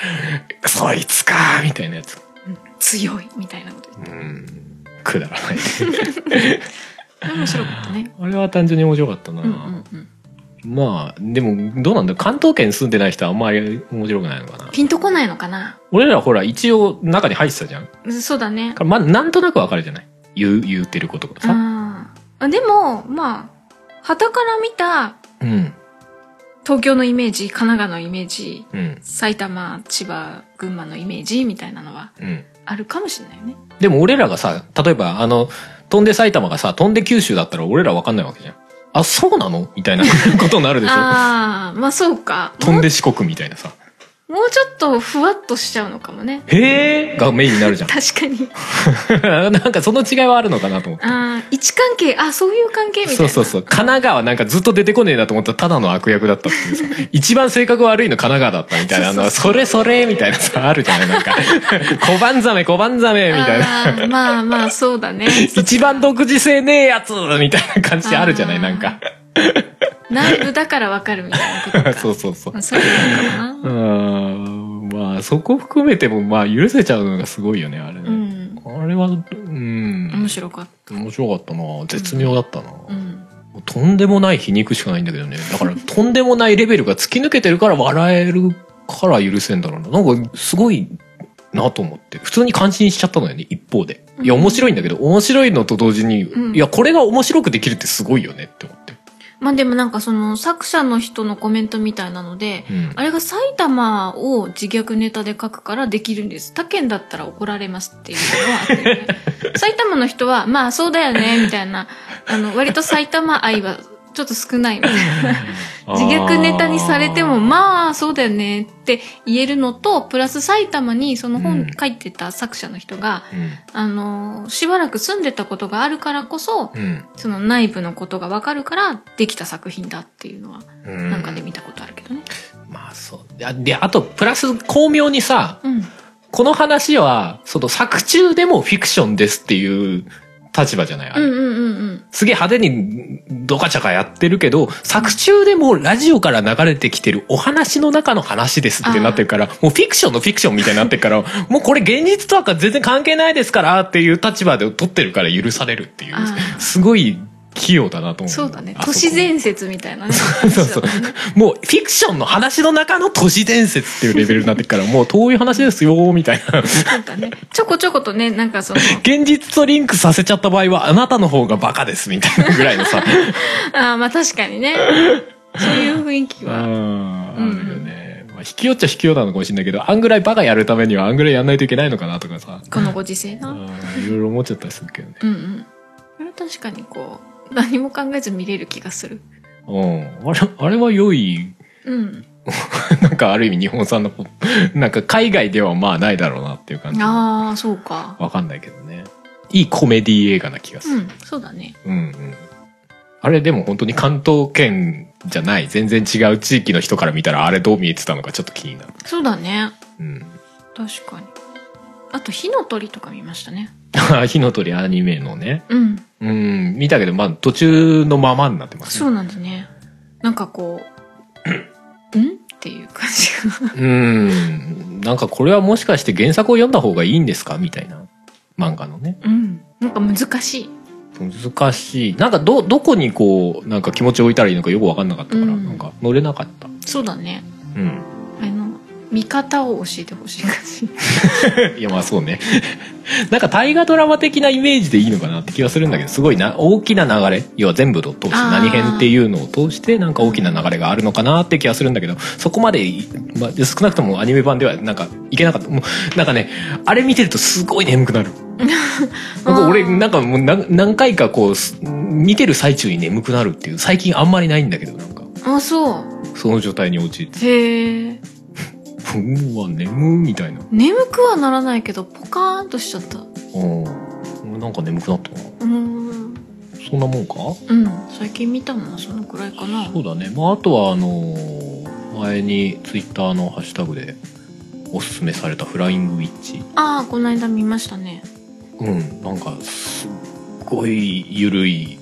そいつかみたいなやつ、 強いみたいなこと、 くだらない面白かったね。 あれは単純に面白かったな。まあでもどうなんだ、関東圏住んでない人はあんまり面白くないのかな。 ピンとこないのかな。 俺らほら一応中に入ってたじゃん。 そうだね。 まあなんとなくわかるじゃない、言ってることがさ。 でもまあ傍から見た、東京のイメージ、神奈川のイメージ、埼玉、千葉、群馬のイメージみたいなのはあるかもしれないよね。 でも俺らがさ、例えば飛んで埼玉がさ、飛んで九州だったら俺らわかんないわけじゃん。あ、そうなのみたいなことになるでしょ。 ああ、まあそうか。 飛んで四国みたいなさ。 もうちょっとふわっとしちゃうのかもね。 へえがメインになるじゃん。 確かに。 なんかその違いはあるのかなと思って。 ああ、位置関係、そういう関係みたいな。 そう。神奈川なんかずっと出てこねえなと思ったらただの悪役だったっていうさ。一番性格悪いの神奈川だったみたいな、それみたいなさ、あるじゃない、なんか。小判ザメみたいな。 まあまあ、そうだね。 一番独自性ねえやつみたいな感じあるじゃない、なんか。 内部だからわかるみたいなことか。 そう。 そういうのかな。 まあそこ含めてもまあ許せちゃうのがすごいよね、あれね。あれは面白かった。 面白かったな、絶妙だったな。とんでもない皮肉しかないんだけどね。だからとんでもないレベルが突き抜けてるから笑えるから許せんだろうな。なんかすごいなと思って普通に感心しちゃったのよね、一方で。いや面白いんだけど、面白いのと同時に、いやこれが面白くできるってすごいよねって思って。 まあでもなんかその作者の人のコメントみたいなので、あれが埼玉を自虐ネタで書くからできるんです。他県だったら怒られますっていうのはあってね。埼玉の人はまあそうだよねみたいな、割と埼玉愛はちょっと少ないみたいな。自虐ネタにされてもまあそうだよねって言えるのと、プラス埼玉にその本書いてた作者の人が、しばらく住んでたことがあるからこそ、その内部のことがわかるからできた作品だっていうのはなんかで見たことあるけどね。 まあそうで、あとプラス巧妙にさ、この話はその作中でもフィクションですっていう立場じゃない、あれ。すげえ派手にドカチャカやってるけど、作中でもラジオから流れてきてるお話の中の話ですってなってるから、もうフィクションのフィクションみたいになってるから、もうこれ現実とは全然関係ないですからっていう立場で撮ってるから許されるっていう、すごい器用だなと思う。 そうだね。都市伝説みたいなね。 そう。もうフィクションの話の中の都市伝説っていうレベルになってるから、もう遠い話ですよみたいな。 なんかね、ちょこちょことね、なんかその現実とリンクさせちゃった場合はあなたの方がバカですみたいなぐらいのさ。 まあ確かにね。そういう雰囲気は。 あるよね。まあ引き寄っちゃ引き寄なのかもしれないけど、あんぐらいバカやるためにはあんぐらいやんないといけないのかなとかさ。 このご時世な。 いろいろ思っちゃったりするけどね。 これ確かにこう。何も考えず見れる気がする。 あれは良い。なんかある意味日本産のなんか海外ではまあないだろうなっていう感じ。 そうか。 わかんないけどね。いいコメディ映画な気がする。 そうだね。 あれでも本当に関東圏じゃない全然違う地域の人から見たらあれどう見えてたのかちょっと気になる。 そうだね。確かに。あと火の鳥とか見ましたね。 火の鳥アニメのね。見たけどまあ途中のままになってますね。 そうなんですね。なんかこうっていう感じが。なんかこれはもしかして原作を読んだ方がいいんですかみたいな漫画のね。 なんか難しい。 難しい。なんかどこにこうなんか気持ちを置いたらいいのかよく分かんなかったから、なんか乗れなかった。 そうだね。見方を教えてほしい感じ。 いやまあそうね。なんか大河ドラマ的なイメージでいいのかなって気がするんだけど、すごい大きな流れ、要は全部を通して何編っていうのを通してなんか大きな流れがあるのかなって気がするんだけど、そこまで、少なくともアニメ版ではなんかいけなかった。もうなんかね、あれ見てるとすごい眠くなる。なんか俺なんかもう何回かこう見てる最中に眠くなるっていう最近あんまりないんだけど、なんかその状態に陥って。 へえ。 うわ眠みたいな。 眠くはならないけどポカーンとしちゃった。 なんか眠くなったな。そんなもんか。 最近見たのはそのくらいかな。 そうだね。まああとは前にツイッターのハッシュタグでおすすめされたフライングウィッチ。 この間見ましたね。 なんかすっごいゆるい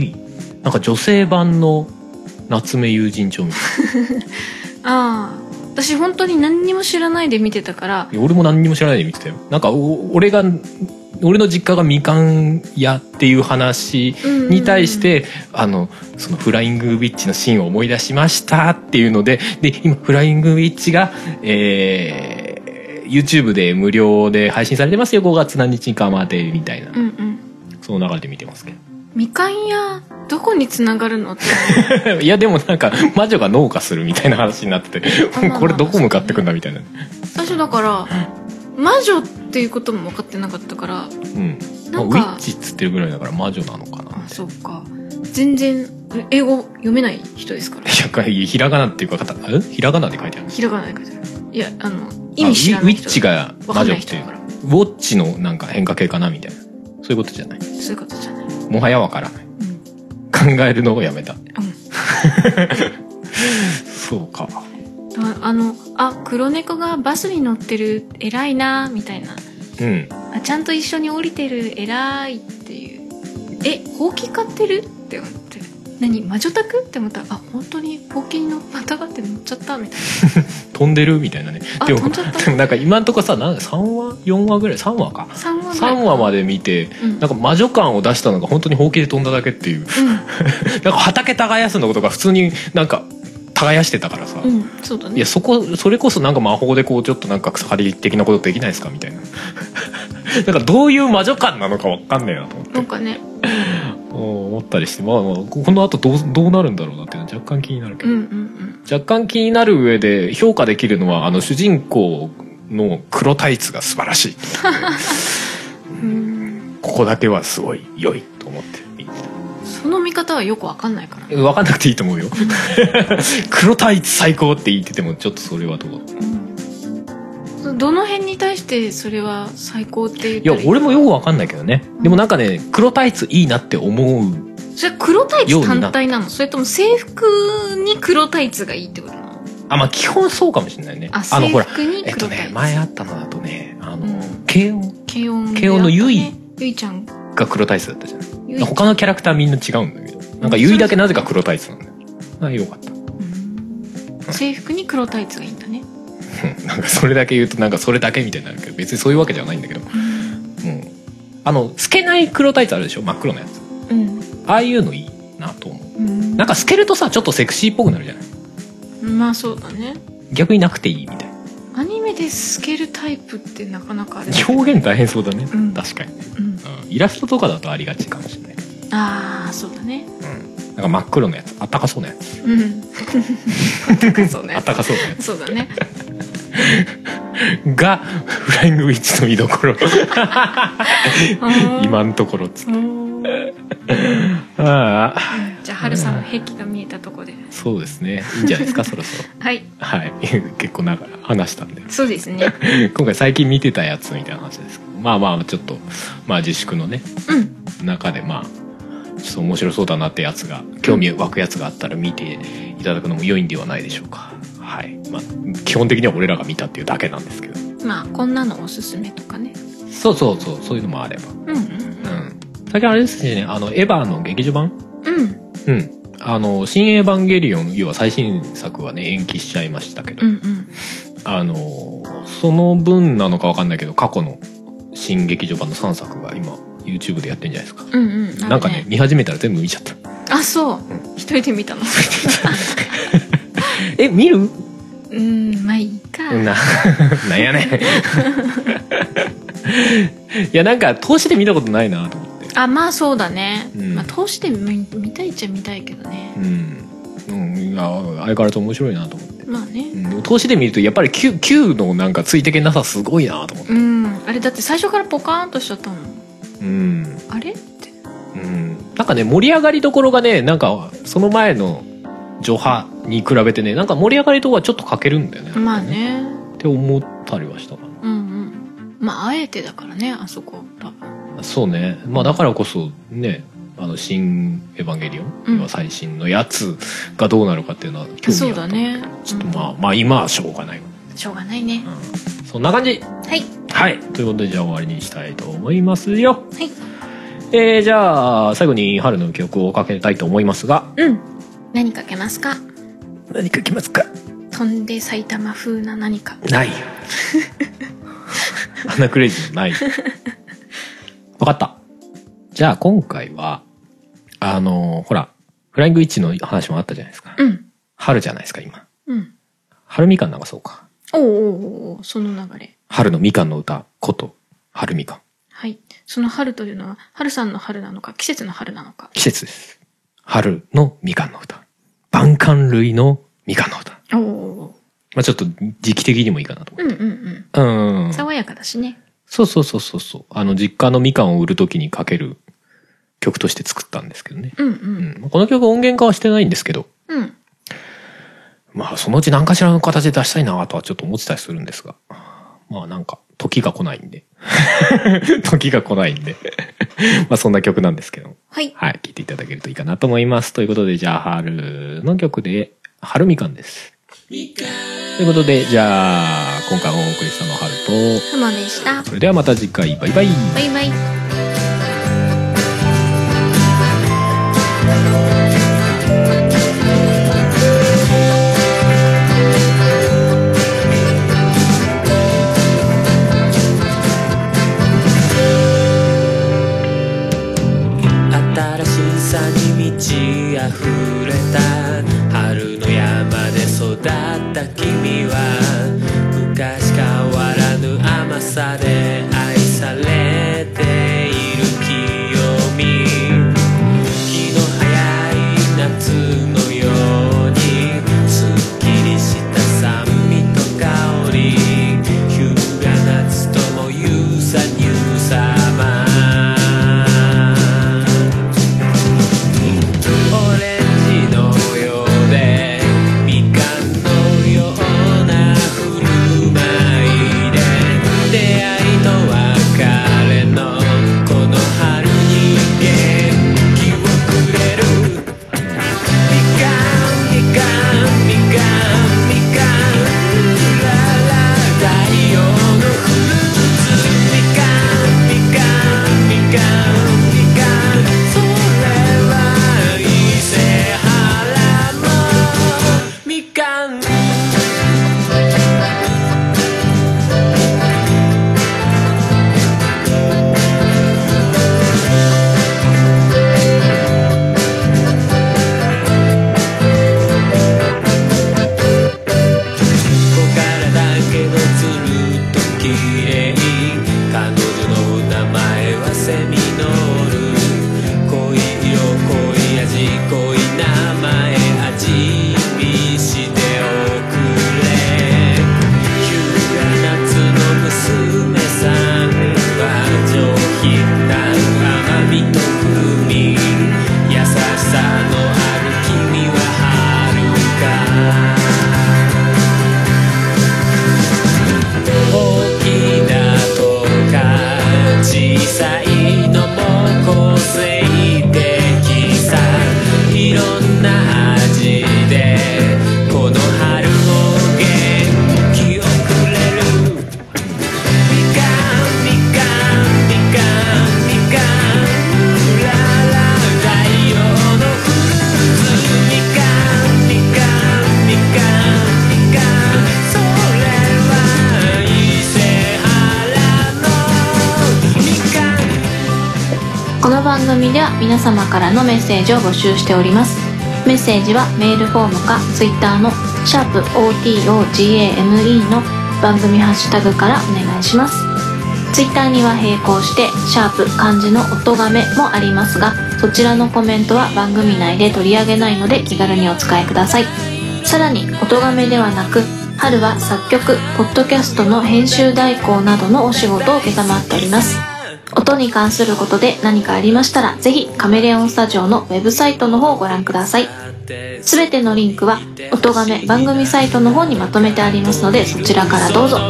なんか女性版の夏目友人帳みたいな。 私本当に何にも知らないで見てたから。 俺も何にも知らないで見てたよ。なんか俺の実家がみかん屋っていう話に対して、そのフライングウィッチのシーンを思い出しましたっていうので、今フライングウィッチが、YouTube で無料で配信されてますよ、5月何日かまでみたいな、その流れで見てますけど。みかん屋どこに繋がるのって。 いやでもなんか魔女が農家するみたいな話になってて、これどこ向かってくんだみたいな。 最初だから魔女っていうことも分かってなかったから、なんかウィッチっつってるぐらいだから魔女なのかな。 そっか。全然英語読めない人ですから。 いやひらがなっていうかひらがなで書いてある。 ひらがなで書いてある。いや意味知らない人。 ウィッチが魔女っていうウォッチのなんか変化系かなみたいな、そういうことじゃない。 そういうことじゃない。 もはやわからない、考えるのをやめた。そうか。 黒猫がバスに乗ってる偉いなみたいな、ちゃんと一緒に降りてる偉いっていう。ほうき買ってるって思って、何魔女宅って思ったら、本当にほうきにまたがって乗っちゃったみたいな。 飛んでるみたいなね。でもなんか今んとこさ、3話4話ぐらい、3話か、3話まで見て、なんか魔女感を出したのが本当にほうきで飛んだだけっていう、なんか畑耕すのことが普通になんか耕してたからさ、 そうだね。 いやそれこそなんか魔法でこうちょっとなんか草刈り的なことできないですかみたいな。なんかどういう魔女感なのかわかんねえなと思って、 なんかね思ったりして、この後どうなるんだろうなっていうのは若干気になるけど、若干気になる上で評価できるのは主人公の黒タイツが素晴らしい。ここだけはすごい良いと思って見てた。 その見方はよくわかんないから、 分かんなくていいと思うよ。黒タイツ最高って言っててもちょっとそれはどの辺に対してそれは最高って言ったらいい？ いや俺もよく分かんないけどね、でもなんかね黒タイツいいなって思う。 それ黒タイツ単体なの？それとも制服に黒タイツがいいってことなの？ 基本そうかもしれないね。 制服に黒タイツ。 前あったのだとね、軽音のゆいちゃんが黒タイツだったじゃない。他のキャラクターみんな違うんだけど、なんかゆいだけなぜか黒タイツなんだよ。よかった。 制服に黒タイツがいいんだね。 なんかそれだけ言うとなんかそれだけみたいになるけど、別にそういうわけではないんだけど、透けない黒タイツあるでしょ、真っ黒なやつ、ああいうのいいなと思う。なんか透けるとさちょっとセクシーっぽくなるじゃない。 まあそうだね。 逆になくていいみたいな。 アニメで透けるタイプってなかなかあれだ、ね、表現大変そうだね、確かにね、イラストとかだとありがちかもしれない。 そうだね。 なんか真っ黒なやつ、あったかそうなやつ。 あったかそうなやつ。 あったかそうなやつ。 そうだね。 がフライングウィッチの見どころ。今のところつって。じゃあ春さんの壁が見えたところで。 そうですね。いいんじゃないですか、そろそろ。 はい。 結構長ら話したんで。 そうですね。 今回最近見てたやつみたいな話ですけど、ちょっと自粛のね、中でちょっと面白そうだなってやつが、興味湧くやつがあったら見ていただくのも良いんではないでしょうか。はい。基本的には俺らが見たっていうだけなんですけど。 こんなのおすすめとかね。 そういうのもあれば。最近あれですしね、エヴァの劇場版。新エヴァンゲリオン、要は最新作はね延期しちゃいましたけど、その分なのかわかんないけど過去の新劇場版の3作が今 YouTube でやってんじゃないですか。なんかね見始めたら全部見ちゃった。 そう。一人で見たの。 見る？ まあいいか。 なんやねん。いやなんか通しで見たことないなと思って。 そうだね。通して見たいっちゃ見たいけどね。 相変わらず面白いなと思って。通しで見るとやっぱり Q のなんかついてけなさすごいなと思って。あれだって最初からポカーンとしちゃったもん。あれって。 なんかね盛り上がりどころがね、なんかその前の序波に比べてね、なんか盛り上がりとかちょっと欠けるんだよね。って思ったりはしたかな。 あえてだからね、あそこ多分。 そうね。だからこそね、新エヴァンゲリオン、今最新のやつがどうなるかっていうのは興味あった。 そうだね。 ちょっと今はしょうがない。 しょうがないね。 そんな感じ。はい。ということでじゃあ終わりにしたいと思いますよ。じゃあ最後に春の曲をかけたいと思いますが。 何かけますか？ 飛んで埼玉風な何かないよあんなクレイジーのない分かった。じゃあ今回はほらフライングウィッチの話もあったじゃないですか。春じゃないですか今。春みかん流そうか。 おその流れ。 春のみかんの歌こと春みかん。 はい。その春というのは春さんの春なのか季節の春なのか。 季節です。春のみかんの歌。晩柑類のみかんの歌。まあちょっと時期的にもいいかなと思って。 爽やかだしね。 そう。実家のみかんを売るときにかける曲として作ったんですけどね。この曲音源化はしてないんですけど。まあそのうち何かしらの形で出したいなとはちょっと思ってたりするんですが。まあなんか時が来ないんで。まあそんな曲なんですけど。はい。聴いていただけるといいかなと思います。ということでじゃあ春の曲で春みかんです。ということでじゃあ今回お送りしたのは春とふもでした。 それではまた次回バイバイ。 バイバイ。 新しさに満ち溢れた春の山で育った君は昔変わらぬ甘さで愛されている清美。気の早い夏のようにすっきりした酸味と香り。日が夏とも優さに優さま。 番組では皆様からのメッセージを募集しております。メッセージはメールフォームか Twitter の#OTOGAME の番組ハッシュタグからお願いします。Twitter には並行して漢字の音がめもありますが、そちらのコメントは番組内で取り上げないので気軽にお使いください。さらに音がめではなく、春は作曲、ポッドキャストの編集代行などのお仕事を承っております。音に関することで何かありましたら、ぜひカメレオンスタジオのウェブサイトの方をご覧ください。すべてのリンクは音がめ番組サイトの方にまとめてありますので、そちらからどうぞ。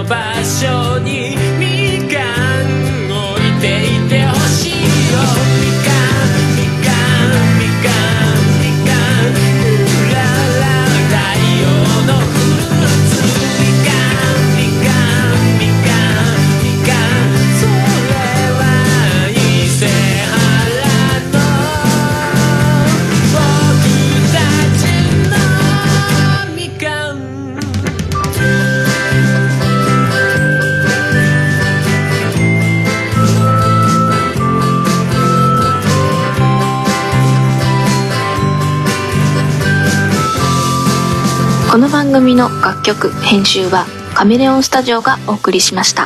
みかんこの番組の楽曲編集はカメレオンスタジオがお送りしました。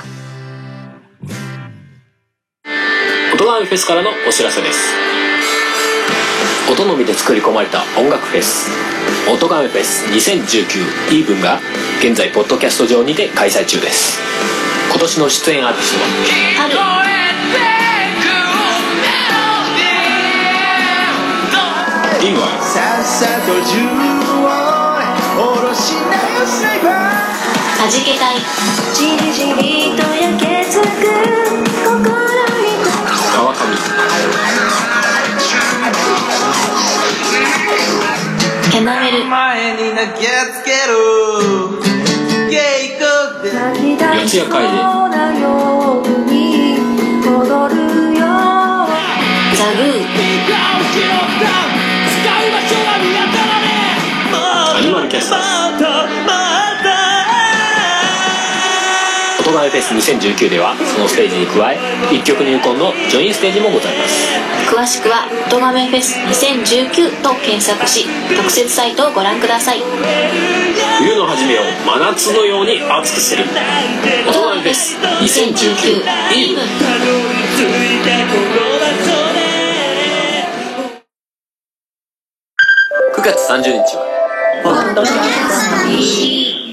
音がめフェスからのお知らせです。音のみで作り込まれた音楽フェス、音がめフェス2019イーブンが現在ポッドキャスト上にて開催中です。今年の出演アーティストはリンワイ、さっさと銃を下ろしなよスナイパー、 はじけたい、じりじりと焼けつく心に川上、 ケナメル、 前に投げつけるゲイコで四谷怪でザグー、 アニマルキャスターズ。音がめフェス2019ではそのステージに加え一曲入魂のジョインステージもございます。 詳しくは音がめフェス2019と検索し特設サイトをご覧ください。 冬の初めを真夏のように熱くする音がめフェス2019イーブン。9月30日はポッドキャストに